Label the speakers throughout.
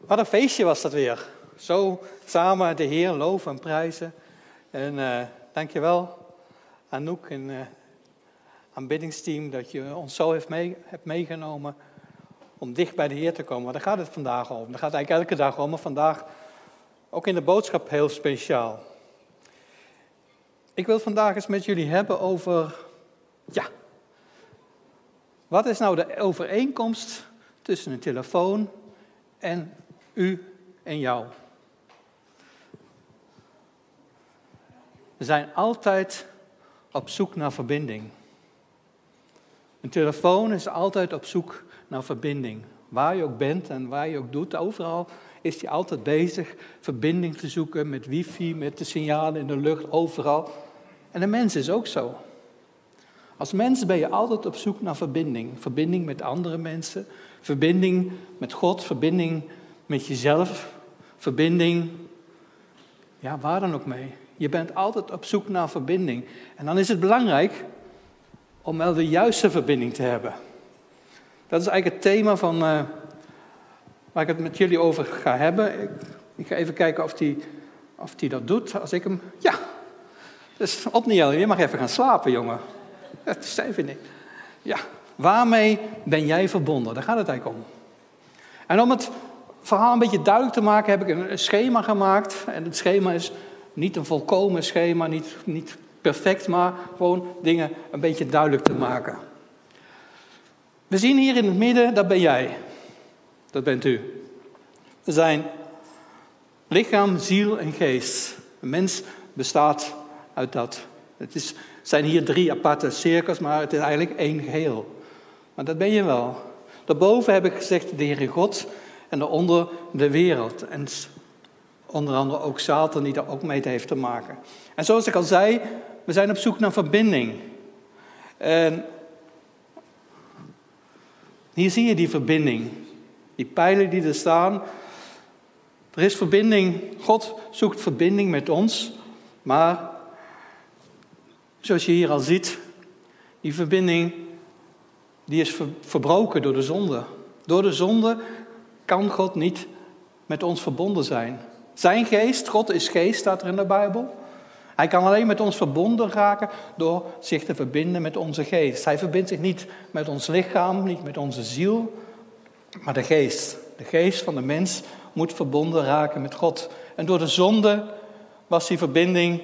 Speaker 1: Wat een feestje was dat weer. Zo samen de Heer loven en prijzen. En dankjewel Anouk en aanbiddingsteam dat je ons zo hebt meegenomen om dicht bij de Heer te komen. Want daar gaat het vandaag om. Daar gaat het eigenlijk elke dag om, maar vandaag ook in de boodschap heel speciaal. Ik wil vandaag eens met jullie hebben over, wat is nou de overeenkomst tussen een telefoon en u en jou? We zijn altijd op zoek naar verbinding. Een telefoon is altijd op zoek naar verbinding. Waar je ook bent en waar je ook doet, overal is hij altijd bezig verbinding te zoeken met wifi, met de signalen in de lucht, overal. En de mens is ook zo. Als mens ben je altijd op zoek naar verbinding. Verbinding met andere mensen, verbinding met God, verbinding met jezelf, verbinding, waar dan ook mee. Je bent altijd op zoek naar verbinding. En dan is het belangrijk om wel de juiste verbinding te hebben. Dat is eigenlijk het thema van waar ik het met jullie over ga hebben. Ik ga even kijken of die dat doet. Als ik hem... Ja, dus Otniel, je mag even gaan slapen, jongen. Dat is even niet. Ja, waarmee ben jij verbonden? Daar gaat het eigenlijk om. En om het verhaal een beetje duidelijk te maken, heb ik een schema gemaakt. En het schema is niet een volkomen schema, niet perfect, maar gewoon dingen een beetje duidelijk te maken. We zien hier in het midden, dat ben jij. Dat bent u. We zijn lichaam, ziel en geest. Een mens bestaat uit dat. Het zijn hier 3 aparte cirkels, maar het is eigenlijk 1 geheel. Maar dat ben je wel. Daarboven heb ik gezegd de Heere God en daaronder de wereld. En onder andere ook Satan die daar ook mee heeft te maken. En zoals ik al zei, we zijn op zoek naar verbinding. En hier zie je die verbinding. Die pijlen die er staan. Er is verbinding. God zoekt verbinding met ons. Maar zoals je hier al ziet, die verbinding die is verbroken door de zonde. Door de zonde kan God niet met ons verbonden zijn. Zijn geest, God is geest, staat er in de Bijbel. Hij kan alleen met ons verbonden raken door zich te verbinden met onze geest. Hij verbindt zich niet met ons lichaam, niet met onze ziel, maar de geest. De geest van de mens moet verbonden raken met God. En door de zonde was die verbinding,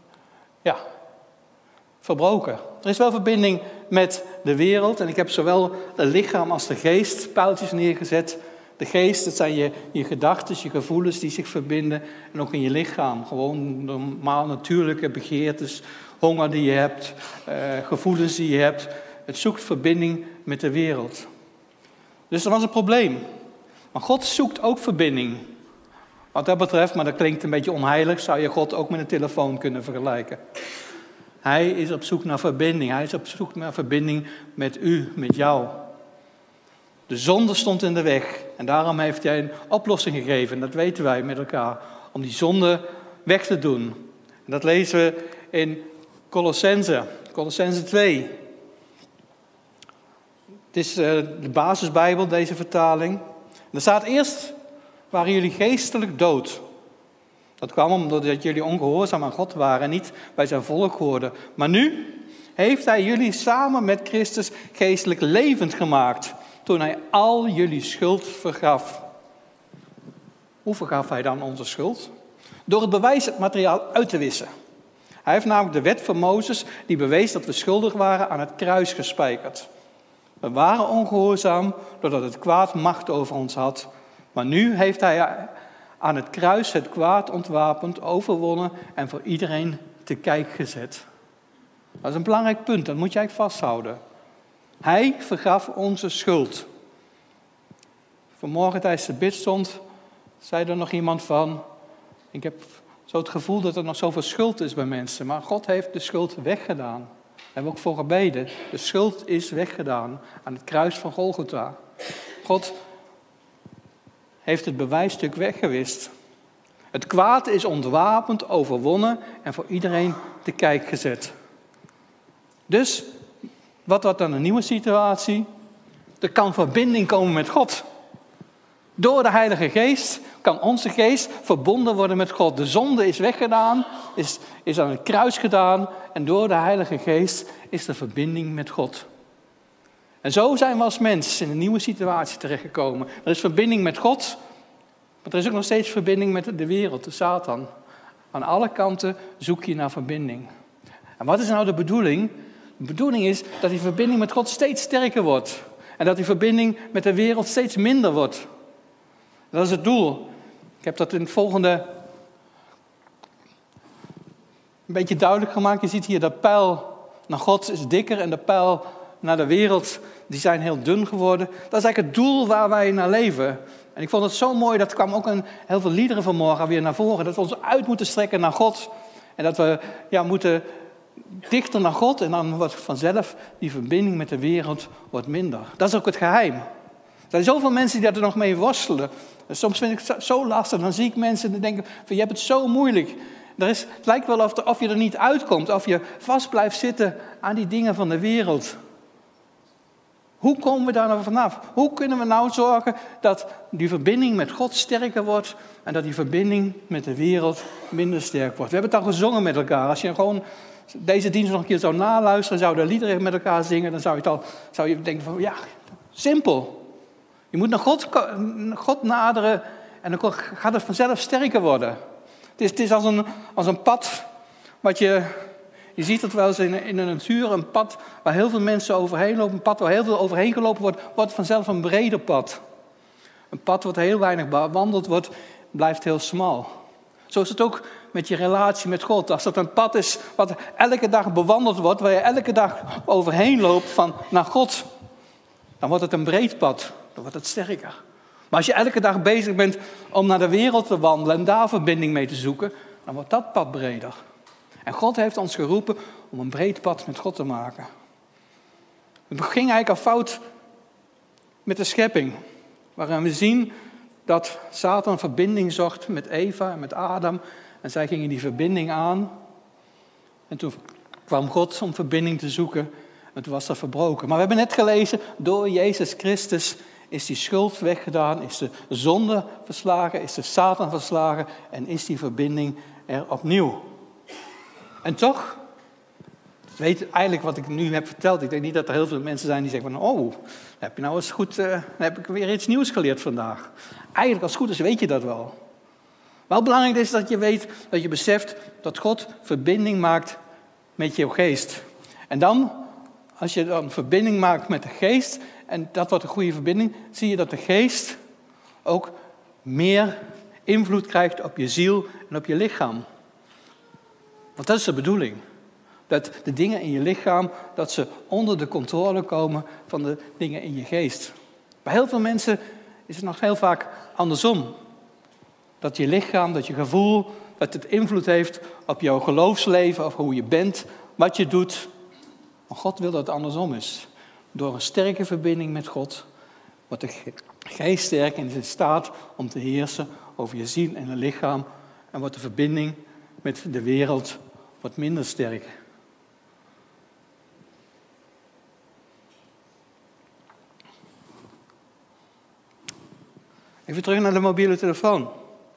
Speaker 1: verbroken. Er is wel verbinding met de wereld. En ik heb zowel het lichaam als de geest pijltjes neergezet. De geest, dat zijn je gedachten, je gevoelens die zich verbinden. En ook in je lichaam. Gewoon normaal natuurlijke begeertes, honger die je hebt, gevoelens die je hebt. Het zoekt verbinding met de wereld. Dus dat was een probleem. Maar God zoekt ook verbinding. Wat dat betreft, maar dat klinkt een beetje onheilig, zou je God ook met een telefoon kunnen vergelijken. Hij is op zoek naar verbinding. Hij is op zoek naar verbinding met u, met jou. De zonde stond in de weg. En daarom heeft hij een oplossing gegeven. Dat weten wij met elkaar. Om die zonde weg te doen. En dat lezen we in Colossense 2. Het is de basisbijbel, deze vertaling. Er staat eerst, waren jullie geestelijk dood. Dat kwam omdat jullie ongehoorzaam aan God waren en niet bij zijn volk hoorden. Maar nu heeft hij jullie samen met Christus geestelijk levend gemaakt. Toen hij al jullie schuld vergaf. Hoe vergaf hij dan onze schuld? Door het bewijsmateriaal uit te wissen. Hij heeft namelijk de wet van Mozes, die bewees dat we schuldig waren, aan het kruis gespijkerd. We waren ongehoorzaam doordat het kwaad macht over ons had. Maar nu heeft hij aan het kruis het kwaad ontwapend, overwonnen en voor iedereen te kijk gezet. Dat is een belangrijk punt, dat moet je eigenlijk vasthouden. Hij vergaf onze schuld. Vanmorgen tijdens de bidstond zei er nog iemand van, ik heb zo het gevoel dat er nog zoveel schuld is bij mensen. Maar God heeft de schuld weggedaan. Daar hebben we ook voor gebeden. De schuld is weggedaan aan het kruis van Golgotha. God heeft het bewijsstuk weggewist. Het kwaad is ontwapend, overwonnen en voor iedereen te kijk gezet. Dus, wat wordt dan een nieuwe situatie? Er kan verbinding komen met God. Door de Heilige Geest kan onze geest verbonden worden met God. De zonde is weggedaan, is aan het kruis gedaan. En door de Heilige Geest is de verbinding met God. En zo zijn we als mens in een nieuwe situatie terechtgekomen. Er is verbinding met God, maar er is ook nog steeds verbinding met de wereld, de Satan. Aan alle kanten zoek je naar verbinding. En wat is nou de bedoeling? De bedoeling is dat die verbinding met God steeds sterker wordt. En dat die verbinding met de wereld steeds minder wordt. Dat is het doel. Ik heb dat in het volgende een beetje duidelijk gemaakt. Je ziet hier dat pijl naar God is dikker en de pijl naar de wereld, die zijn heel dun geworden. Dat is eigenlijk het doel waar wij naar leven. En ik vond het zo mooi, dat kwam ook in heel veel liederen vanmorgen weer naar voren. Dat we ons uit moeten strekken naar God. En dat we moeten dichter naar God. En dan wordt vanzelf die verbinding met de wereld wordt minder. Dat is ook het geheim. Er zijn zoveel mensen die daar nog mee worstelen. En soms vind ik het zo lastig. Dan zie ik mensen die denken, je hebt het zo moeilijk. Het lijkt wel of je er niet uitkomt. Of je vast blijft zitten aan die dingen van de wereld. Hoe komen we daar nou vanaf? Hoe kunnen we nou zorgen dat die verbinding met God sterker wordt en dat die verbinding met de wereld minder sterk wordt? We hebben het al gezongen met elkaar. Als je gewoon deze dienst nog een keer zou naluisteren, zouden liederen met elkaar zingen, dan zou je denken van, ja, simpel. Je moet naar God naderen en dan gaat het vanzelf sterker worden. Het is als een pad wat je ziet het wel eens in de natuur, een pad waar heel veel mensen overheen lopen. Een pad waar heel veel overheen gelopen wordt vanzelf een breder pad. Een pad wat heel weinig bewandeld wordt, blijft heel smal. Zo is het ook met je relatie met God. Als dat een pad is wat elke dag bewandeld wordt, waar je elke dag overheen loopt naar God, dan wordt het een breed pad. Dan wordt het sterker. Maar als je elke dag bezig bent om naar de wereld te wandelen en daar verbinding mee te zoeken, dan wordt dat pad breder. En God heeft ons geroepen om een breed pad met God te maken. Het ging eigenlijk al fout met de schepping. Waarin we zien dat Satan verbinding zocht met Eva en met Adam. En zij gingen die verbinding aan. En toen kwam God om verbinding te zoeken. En toen was dat verbroken. Maar we hebben net gelezen, door Jezus Christus is die schuld weggedaan. Is de zonde verslagen, is de Satan verslagen. En is die verbinding er opnieuw. En toch, weet eigenlijk wat ik nu heb verteld. Ik denk niet dat er heel veel mensen zijn die zeggen van, oh, heb je nou eens goed, heb ik weer iets nieuws geleerd vandaag. Eigenlijk als het goed is weet je dat wel. Wel belangrijk is dat je weet, dat je beseft dat God verbinding maakt met jouw geest. En dan, als je dan verbinding maakt met de geest, en dat wordt een goede verbinding, zie je dat de geest ook meer invloed krijgt op je ziel en op je lichaam. Want dat is de bedoeling. Dat de dingen in je lichaam, dat ze onder de controle komen van de dingen in je geest. Bij heel veel mensen is het nog heel vaak andersom. Dat je lichaam, dat je gevoel, dat het invloed heeft op jouw geloofsleven, of hoe je bent, wat je doet. Maar God wil dat het andersom is. Door een sterke verbinding met God wordt de geest sterk en is in staat om te heersen over je ziel en je lichaam. En wordt de verbinding met de wereld wat minder sterk. Even terug naar de mobiele telefoon.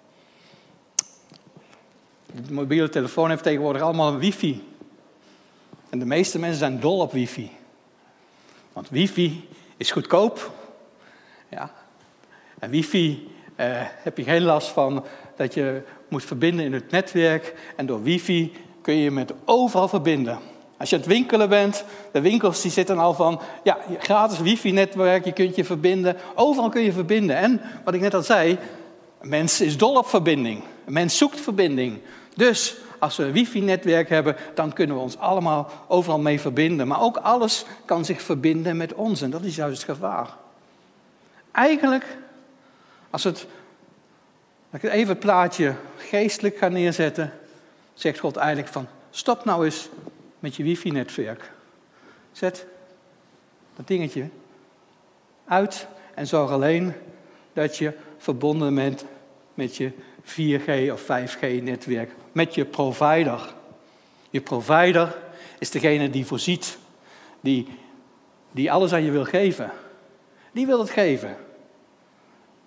Speaker 1: De mobiele telefoon heeft tegenwoordig allemaal een wifi. En de meeste mensen zijn dol op wifi. Want wifi is goedkoop. Ja. En wifi heb je geen last van dat je moet verbinden in het netwerk. En door wifi kun je met overal verbinden. Als je aan het winkelen bent, de winkels die zitten al van, ja, gratis wifi-netwerk, je kunt je verbinden. Overal kun je verbinden. En, wat ik net al zei, een mens is dol op verbinding. Een mens zoekt verbinding. Dus, als we een wifi-netwerk hebben, dan kunnen we ons allemaal overal mee verbinden. Maar ook alles kan zich verbinden met ons. En dat is juist het gevaar. Eigenlijk, als ik even het plaatje geestelijk ga neerzetten, zegt God eigenlijk van, stop nou eens met je wifi-netwerk. Zet dat dingetje uit en zorg alleen dat je verbonden bent met je 4G of 5G-netwerk, met je provider. Je provider is degene die voorziet, die alles aan je wil geven. Die wil het geven.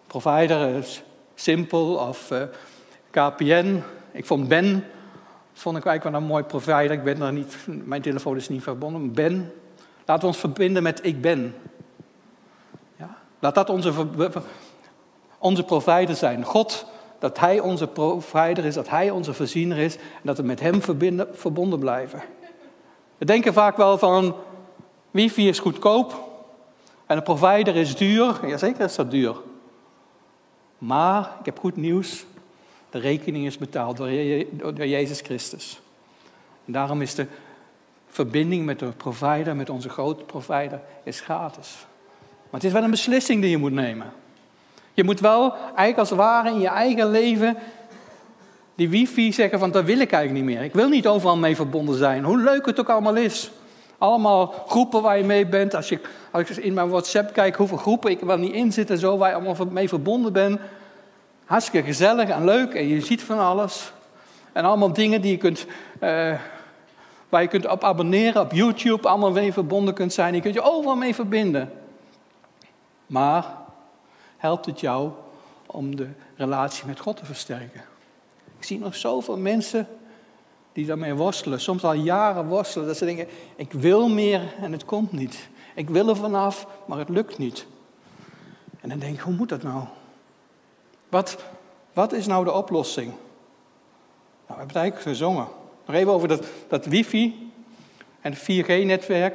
Speaker 1: provider is Simpel of KPN. Ik vond Ben, eigenlijk wel een mooi provider. Ik ben er niet, mijn telefoon is niet verbonden. Ben, laten we ons verbinden met ik ben. Ja? Laat dat onze provider zijn. God, dat hij onze provider is, dat hij onze voorziener is en dat we met hem verbonden blijven. We denken vaak wel van wifi is goedkoop en een provider is duur. Jazeker is dat duur. Maar ik heb goed nieuws. De rekening is betaald door Jezus Christus. En daarom is de verbinding met de provider, met onze grote provider, is gratis. Maar het is wel een beslissing die je moet nemen. Je moet wel eigenlijk als het ware in je eigen leven die wifi zeggen van dat wil ik eigenlijk niet meer. Ik wil niet overal mee verbonden zijn. Hoe leuk het ook allemaal is. Allemaal groepen waar je mee bent. Als ik in mijn WhatsApp kijk hoeveel groepen ik er wel niet in zit en zo, waar je allemaal mee verbonden bent. Hartstikke gezellig en leuk en je ziet van alles. En allemaal dingen die je kunt, waar je kunt op abonneren op YouTube, allemaal mee verbonden kunt zijn. Je kunt je overal mee verbinden. Maar helpt het jou om de relatie met God te versterken? Ik zie nog zoveel mensen die daarmee worstelen, soms al jaren worstelen, dat ze denken, ik wil meer en het komt niet. Ik wil er vanaf, maar het lukt niet. En dan denk ik, hoe moet dat nou? Wat is nou de oplossing? Nou, we hebben het eigenlijk gezongen. Nog even over dat wifi en het 4G-netwerk.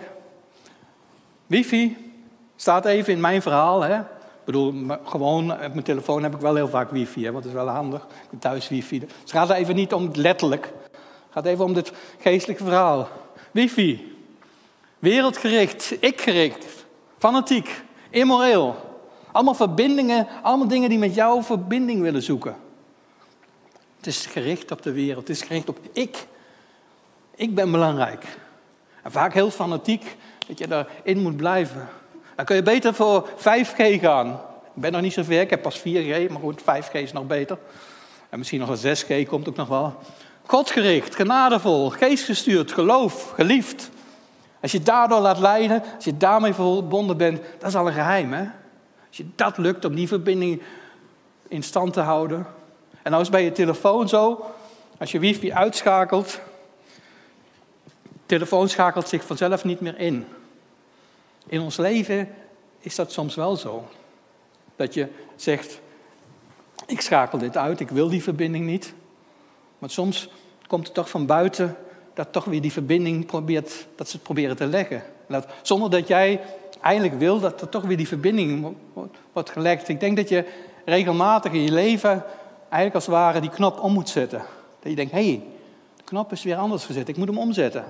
Speaker 1: Wifi staat even in mijn verhaal. Hè? Ik bedoel, gewoon op mijn telefoon heb ik wel heel vaak wifi, hè, want dat is wel handig. Ik heb thuis wifi. Dus het gaat er even niet om het letterlijk. Het gaat even om dit geestelijke verhaal. Wifi. Wereldgericht, ikgericht, fanatiek, immoreel. Allemaal verbindingen, allemaal dingen die met jou verbinding willen zoeken. Het is gericht op de wereld, het is gericht op ik. Ik ben belangrijk. En vaak heel fanatiek dat je daarin moet blijven. Dan kun je beter voor 5G gaan. Ik ben nog niet zo ver, ik heb pas 4G, maar goed, 5G is nog beter. En misschien nog een 6G komt ook nog wel. Godgericht, genadevol, geestgestuurd, geloof, geliefd. Als je daardoor laat leiden, als je daarmee verbonden bent, dat is al een geheim, hè? Als je dat lukt om die verbinding in stand te houden. En nou is bij je telefoon zo, als je wifi uitschakelt, de telefoon schakelt zich vanzelf niet meer in. In ons leven is dat soms wel zo. Dat je zegt, ik schakel dit uit, ik wil die verbinding niet. Maar soms komt het toch van buiten dat toch weer die verbinding dat ze het proberen te leggen. Zonder dat jij eigenlijk wil dat er toch weer die verbinding wordt gelegd. Ik denk dat je regelmatig in je leven eigenlijk als het ware die knop om moet zetten. Dat je denkt, hé, de knop is weer anders gezet, ik moet hem omzetten.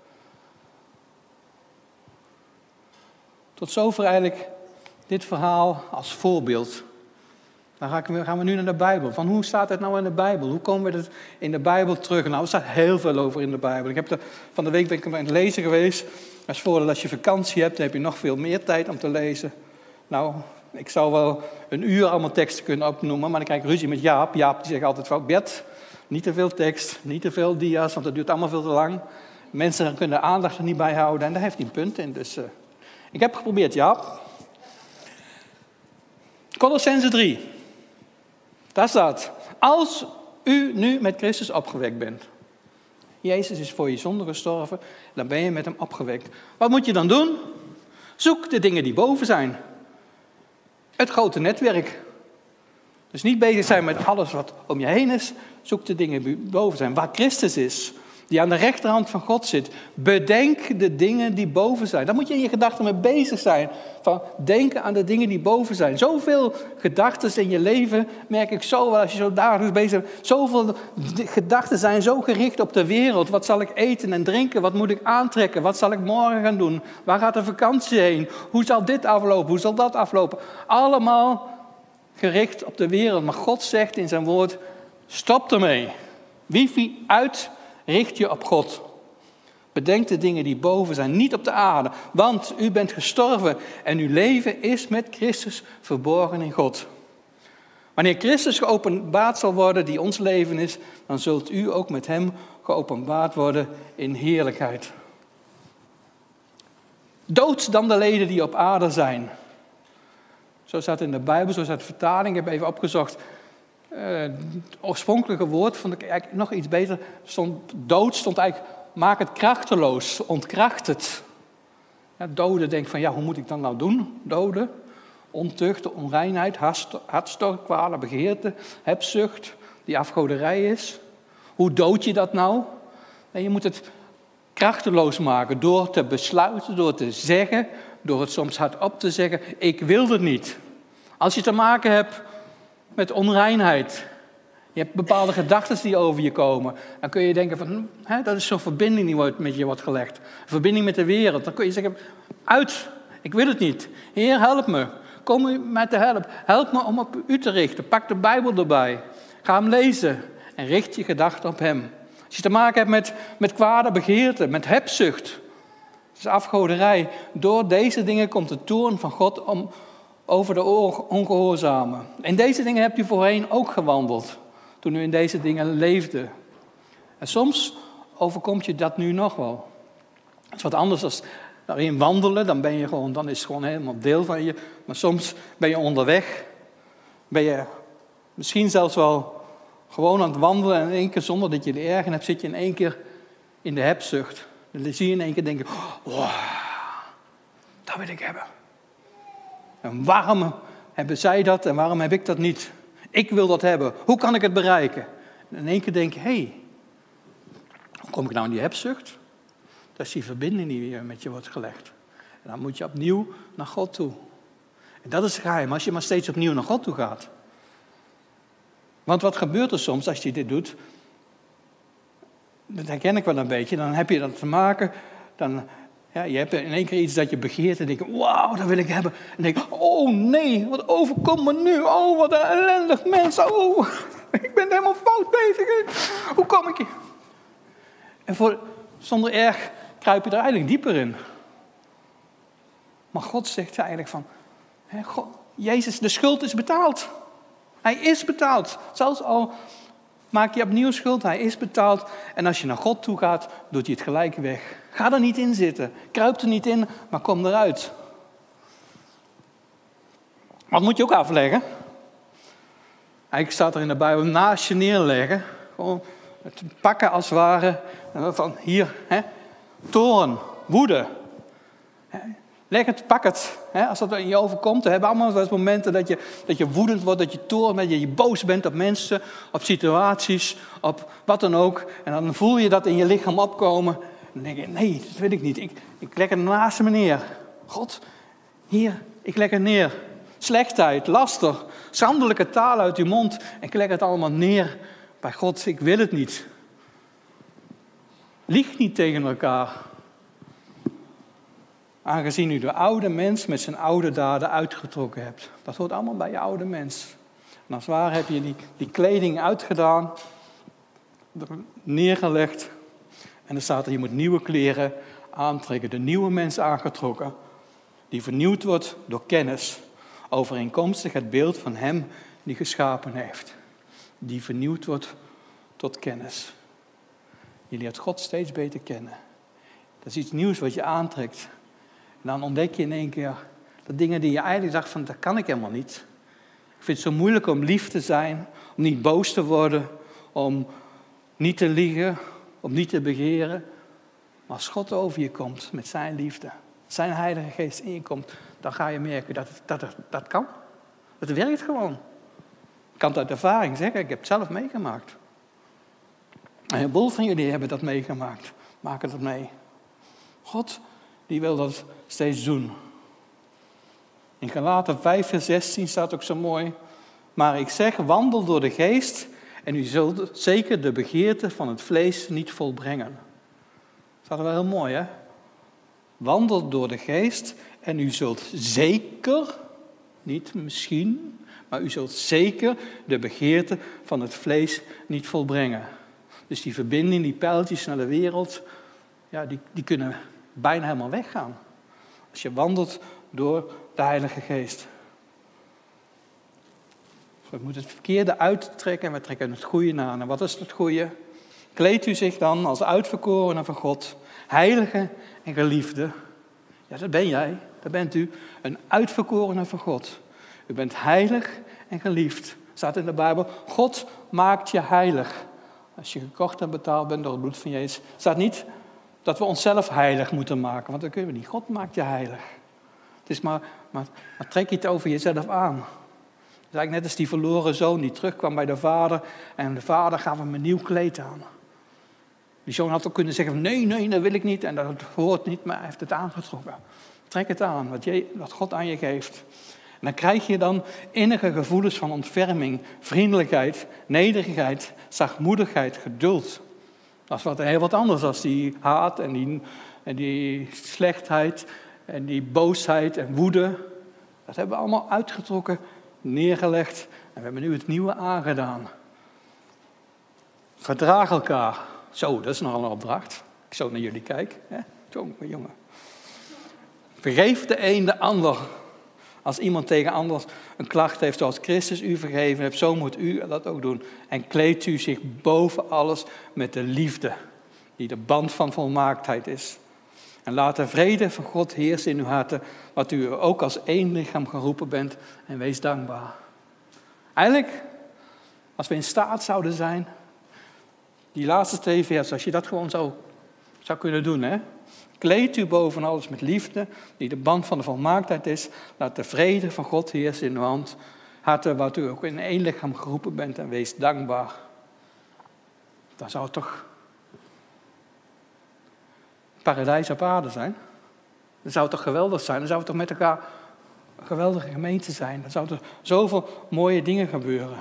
Speaker 1: Tot zover eigenlijk dit verhaal als voorbeeld. Dan gaan we nu naar de Bijbel. Van hoe staat het nou in de Bijbel? Hoe komen we het in de Bijbel terug? Nou, er staat heel veel over in de Bijbel. Van de week ben ik aan het lezen geweest. Als voordeel als je vakantie hebt, dan heb je nog veel meer tijd om te lezen. Nou, ik zou wel een uur allemaal teksten kunnen opnoemen, maar dan krijg ik ruzie met Jaap. Jaap die zegt altijd van, Bert, niet te veel tekst, niet te veel dia's, want dat duurt allemaal veel te lang. Mensen kunnen de aandacht er niet bij houden en daar heeft hij een punt in. Dus ik heb geprobeerd, Jaap. Kolossenzen 3. Daar staat, als u nu met Christus opgewekt bent. Jezus is voor je zonde gestorven, dan ben je met hem opgewekt. Wat moet je dan doen? Zoek de dingen die boven zijn. Het grote netwerk. Dus niet bezig zijn met alles wat om je heen is. Zoek de dingen die boven zijn. Waar Christus is, die aan de rechterhand van God zit. Bedenk de dingen die boven zijn. Daar moet je in je gedachten mee bezig zijn. Van denken aan de dingen die boven zijn. Zoveel gedachten in je leven, merk ik zo wel als je zo dagelijks bezig bent. Zoveel gedachten zijn zo gericht op de wereld. Wat zal ik eten en drinken? Wat moet ik aantrekken? Wat zal ik morgen gaan doen? Waar gaat de vakantie heen? Hoe zal dit aflopen? Hoe zal dat aflopen? Allemaal gericht op de wereld. Maar God zegt in zijn woord, stop ermee. Wifi uit. Richt je op God. Bedenk de dingen die boven zijn, niet op de aarde. Want u bent gestorven en uw leven is met Christus verborgen in God. Wanneer Christus geopenbaard zal worden, die ons leven is, dan zult u ook met hem geopenbaard worden in heerlijkheid. Dood dan de leden die op aarde zijn. Zo staat het in de Bijbel, zo staat de vertaling. Ik heb even opgezocht. Het oorspronkelijke woord vond ik eigenlijk nog iets beter. Dood stond eigenlijk, maak het krachteloos, ontkracht het. Ja, doden, denk van, ja, hoe moet ik dat nou doen? Doden, ontucht, onreinheid, hartstocht, kwalen, begeerte, hebzucht, die afgoderij is. Hoe dood je dat nou? En je moet het krachteloos maken door te besluiten, door te zeggen, door het soms hardop te zeggen, ik wil het niet. Als je te maken hebt met onreinheid, je hebt bepaalde gedachten die over je komen, dan kun je denken van, dat is zo'n verbinding die met je wordt gelegd. Een verbinding met de wereld. Dan kun je zeggen, uit, ik wil het niet. Heer, help me. Kom u mij te helpen. Help me om op u te richten. Pak de Bijbel erbij. Ga hem lezen en richt je gedachten op hem. Als je te maken hebt met kwade begeerte, met hebzucht, dat is afgoderij. Door deze dingen komt de toorn van God over de ongehoorzamen. In deze dingen hebt u voorheen ook gewandeld, toen u in deze dingen leefde. En soms overkomt je dat nu nog wel. Het is wat anders dan daarin wandelen, dan is het gewoon helemaal deel van je. Maar soms ben je onderweg, ben je misschien zelfs wel gewoon aan het wandelen en in één keer zonder dat je er erg in hebt, zit je in één keer in de hebzucht. Dan zie je in één keer denken, wow, dat wil ik hebben. En waarom hebben zij dat en waarom heb ik dat niet? Ik wil dat hebben. Hoe kan ik het bereiken? En in één keer denk je, hé, hoe kom ik nou in die hebzucht? Dat is die verbinding die met je wordt gelegd. En dan moet je opnieuw naar God toe. En dat is het geheim, als je maar steeds opnieuw naar God toe gaat. Want wat gebeurt er soms als je dit doet? Dat herken ik wel een beetje. Dan heb je dat te maken. Je hebt in één keer iets dat je begeert. En denk je, wauw, dat wil ik hebben. En denk je, oh nee, wat overkomt me nu? Oh, wat een ellendig mens. Oh, ik ben helemaal fout bezig. Hoe kom ik hier? En zonder erg kruip je er eigenlijk dieper in. Maar God zegt eigenlijk van, Jezus, de schuld is betaald. Hij is betaald. Zelfs al maak je opnieuw schuld, hij is betaald. En als je naar God toe gaat, doet hij het gelijk weg. Ga er niet in zitten. Kruip er niet in, maar kom eruit. Wat moet je ook afleggen? Eigenlijk staat er in de Bijbel, naast je neerleggen. Gewoon het pakken als het ware. Van hier, toorn, woede. Leg het, pak het. Als dat in je overkomt, we hebben allemaal wel eens momenten dat je woedend wordt, dat je toorn bent, dat je boos bent op mensen, op situaties, op wat dan ook. En dan voel je dat in je lichaam opkomen. En dan denk je, nee, dat wil ik niet. Ik leg het naast me neer. God, hier, ik leg het neer. Slechtheid, laster, schandelijke taal uit je mond. En ik leg het allemaal neer bij God. Ik wil het niet. Lieg niet tegen elkaar. Aangezien u de oude mens met zijn oude daden uitgetrokken hebt. Dat hoort allemaal bij je oude mens. En als het ware heb je die kleding uitgedaan, neergelegd. En er staat er, je moet nieuwe kleren aantrekken. De nieuwe mens aangetrokken. Die vernieuwd wordt door kennis. Overeenkomstig het beeld van hem die geschapen heeft. Die vernieuwd wordt tot kennis. Je leert God steeds beter kennen. Dat is iets nieuws wat je aantrekt. En dan ontdek je in één keer dat dingen die je eigenlijk dacht van, dat kan ik helemaal niet. Ik vind het zo moeilijk om lief te zijn, om niet boos te worden, om niet te liegen, om niet te begeren. Maar als God over je komt met zijn liefde, zijn Heilige Geest in je komt, dan ga je merken dat kan. Het werkt gewoon. Ik kan het uit ervaring zeggen, ik heb het zelf meegemaakt. En een heleboel van jullie hebben dat meegemaakt, maken dat mee. God, die wil dat steeds doen. In Galaten 5 vers 16 staat ook zo mooi. Maar ik zeg, wandel door de geest en u zult zeker de begeerte van het vlees niet volbrengen. Dat staat er wel heel mooi, hè? Wandel door de geest en u zult zeker, niet misschien, maar u zult zeker de begeerte van het vlees niet volbrengen. Dus die verbinding, die pijltjes naar de wereld, ja, die kunnen bijna helemaal weggaan. Als je wandelt door de Heilige Geest. We moeten het verkeerde uittrekken en we trekken het goede aan. En wat is het goede? Kleedt u zich dan als uitverkorene van God, heilige en geliefde. Ja, dat ben jij, dat bent u. Een uitverkorene van God. U bent heilig en geliefd. Staat in de Bijbel, God maakt je heilig. Als je gekocht en betaald bent door het bloed van Jezus. Staat niet dat we onszelf heilig moeten maken, want dat kunnen we niet. God maakt je heilig. Het is maar trek je het over jezelf aan. Het is eigenlijk net als die verloren zoon die terugkwam bij de vader. En de vader gaf hem een nieuw kleed aan. Die zoon had ook kunnen zeggen, nee, dat wil ik niet. En dat hoort niet, maar hij heeft het aangetrokken. Trek het aan, wat God aan je geeft. En dan krijg je dan innige gevoelens van ontferming, vriendelijkheid, nederigheid, zachtmoedigheid, geduld. Dat is heel wat anders dan die haat en die slechtheid en die boosheid en woede. Dat hebben we allemaal uitgetrokken, neergelegd en we hebben nu het nieuwe aangedaan. Verdraag elkaar. Zo, dat is nogal een opdracht. Ik zo naar jullie kijk. Hè? Jongen. Vergeef de een de ander. Als iemand tegen anders een klacht heeft zoals Christus u vergeven heeft, zo moet u dat ook doen. En kleedt u zich boven alles met de liefde, die de band van volmaaktheid is. En laat de vrede van God heersen in uw harten, wat u ook als één lichaam geroepen bent, en wees dankbaar. Eigenlijk, als we in staat zouden zijn, die laatste 2 vers, als je dat gewoon zou kunnen doen, hè? Kleed u boven alles met liefde, die de band van de volmaaktheid is. Laat de vrede van God heersen in uw harten, wat u ook in één lichaam geroepen bent, en wees dankbaar. Dan zou het toch paradijs op aarde zijn. Dan zou het toch geweldig zijn. Dan zou het toch met elkaar een geweldige gemeente zijn. Dan zouden er zoveel mooie dingen gebeuren.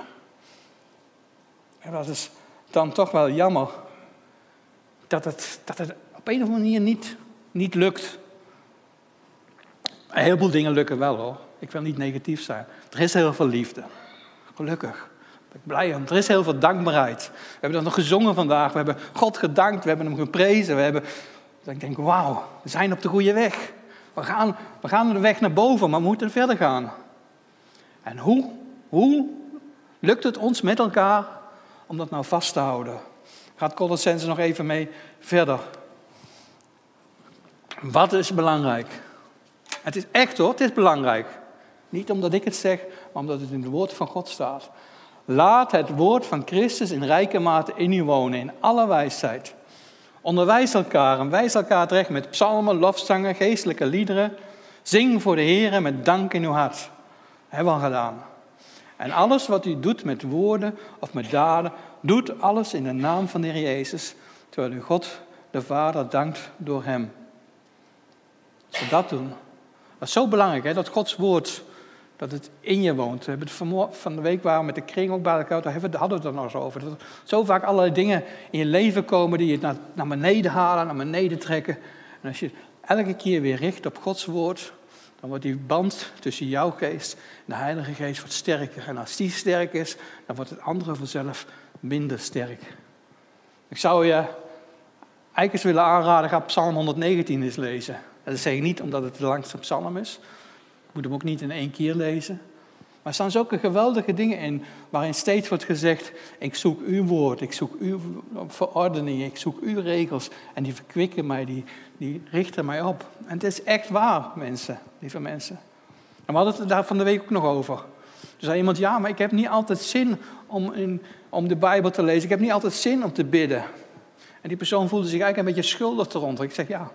Speaker 1: En dat is dan toch wel jammer dat het op een of andere manier niet lukt. Een heleboel dingen lukken wel hoor. Ik wil niet negatief zijn. Er is heel veel liefde. Gelukkig. Daar ben ik blij om. Er is heel veel dankbaarheid. We hebben dat nog gezongen vandaag. We hebben God gedankt. We hebben hem geprezen. Ik denk, wauw, we zijn op de goede weg. We gaan de weg naar boven, maar we moeten verder gaan. En hoe lukt het ons met elkaar om dat nou vast te houden? Gaat Colossenzen nog even mee verder. Wat is belangrijk? Het is echt hoor, het is belangrijk. Niet omdat ik het zeg, maar omdat het in het woord van God staat. Laat het woord van Christus in rijke mate in u wonen, in alle wijsheid. Onderwijs elkaar en wijs elkaar terecht met psalmen, lofzangen, geestelijke liederen. Zing voor de Heer met dank in uw hart. Dat hebben we al gedaan. En alles wat u doet met woorden of met daden, doet alles in de naam van de Heer Jezus, terwijl u God de Vader dankt door hem. Als we dat doen. Dat is zo belangrijk, hè, dat Gods woord, dat het in je woont. We hebben het van de week waren we met de kring ook bij elkaar, daar hadden we het er nog eens over. Dat er zo vaak allerlei dingen in je leven komen die je naar beneden halen, naar beneden trekken. En als je elke keer weer richt op Gods woord, dan wordt die band tussen jouw geest en de Heilige Geest wat sterker. En als die sterk is, dan wordt het andere vanzelf minder sterk. Ik zou je eigenlijk eens willen aanraden, ga Psalm 119 eens lezen. Dat zeg ik niet omdat het de langste psalm is. Je moet hem ook niet in 1 keer lezen. Maar er staan zulke geweldige dingen in, waarin steeds wordt gezegd, ik zoek uw woord, ik zoek uw verordeningen, ik zoek uw regels. En die verkwikken mij, die richten mij op. En het is echt waar, mensen, lieve mensen. En we hadden het daar van de week ook nog over. Er zei iemand, ja, maar ik heb niet altijd zin om de Bijbel te lezen. Ik heb niet altijd zin om te bidden. En die persoon voelde zich eigenlijk een beetje schuldig eronder. Ik zeg, ja,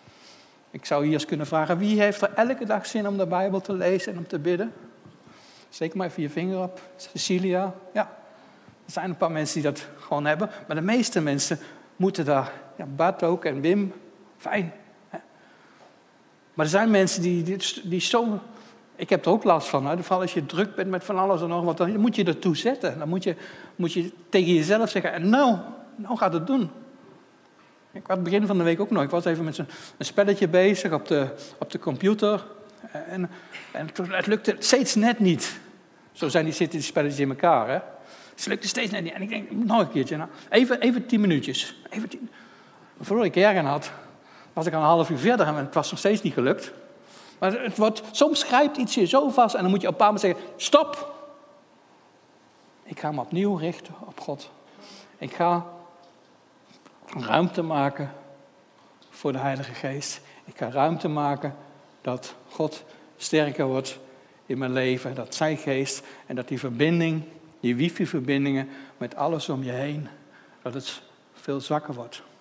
Speaker 1: ik zou hier eens kunnen vragen, wie heeft er elke dag zin om de Bijbel te lezen en om te bidden? Steek maar even je vinger op. Cecilia, ja. Er zijn een paar mensen die dat gewoon hebben. Maar de meeste mensen moeten daar, ja, Bart ook en Wim, fijn. Hè? Maar er zijn mensen die zo... Ik heb er ook last van. Hè? Vooral als je druk bent met van alles en nog wat, dan moet je ertoe zetten. Dan moet je tegen jezelf zeggen, en nou gaat het doen. Ik was het begin van de week ook nog. Ik was even met een spelletje bezig op de computer. En het lukte steeds net niet. Zo zitten die spelletjes in elkaar. Hè? Het lukte steeds net niet. En ik denk, nog een keertje. Nou, even 10 minuutjes. Voordat ik ergen had, was ik al een half uur verder. En het was nog steeds niet gelukt. Maar soms grijpt iets je zo vast. En dan moet je op een paar moment zeggen, stop. Ik ga me opnieuw richten op God. Ik ga ruimte maken voor de Heilige Geest. Ik ga ruimte maken dat God sterker wordt in mijn leven, dat zijn geest en dat die verbinding, die wifi-verbindingen met alles om je heen, dat het veel zwakker wordt.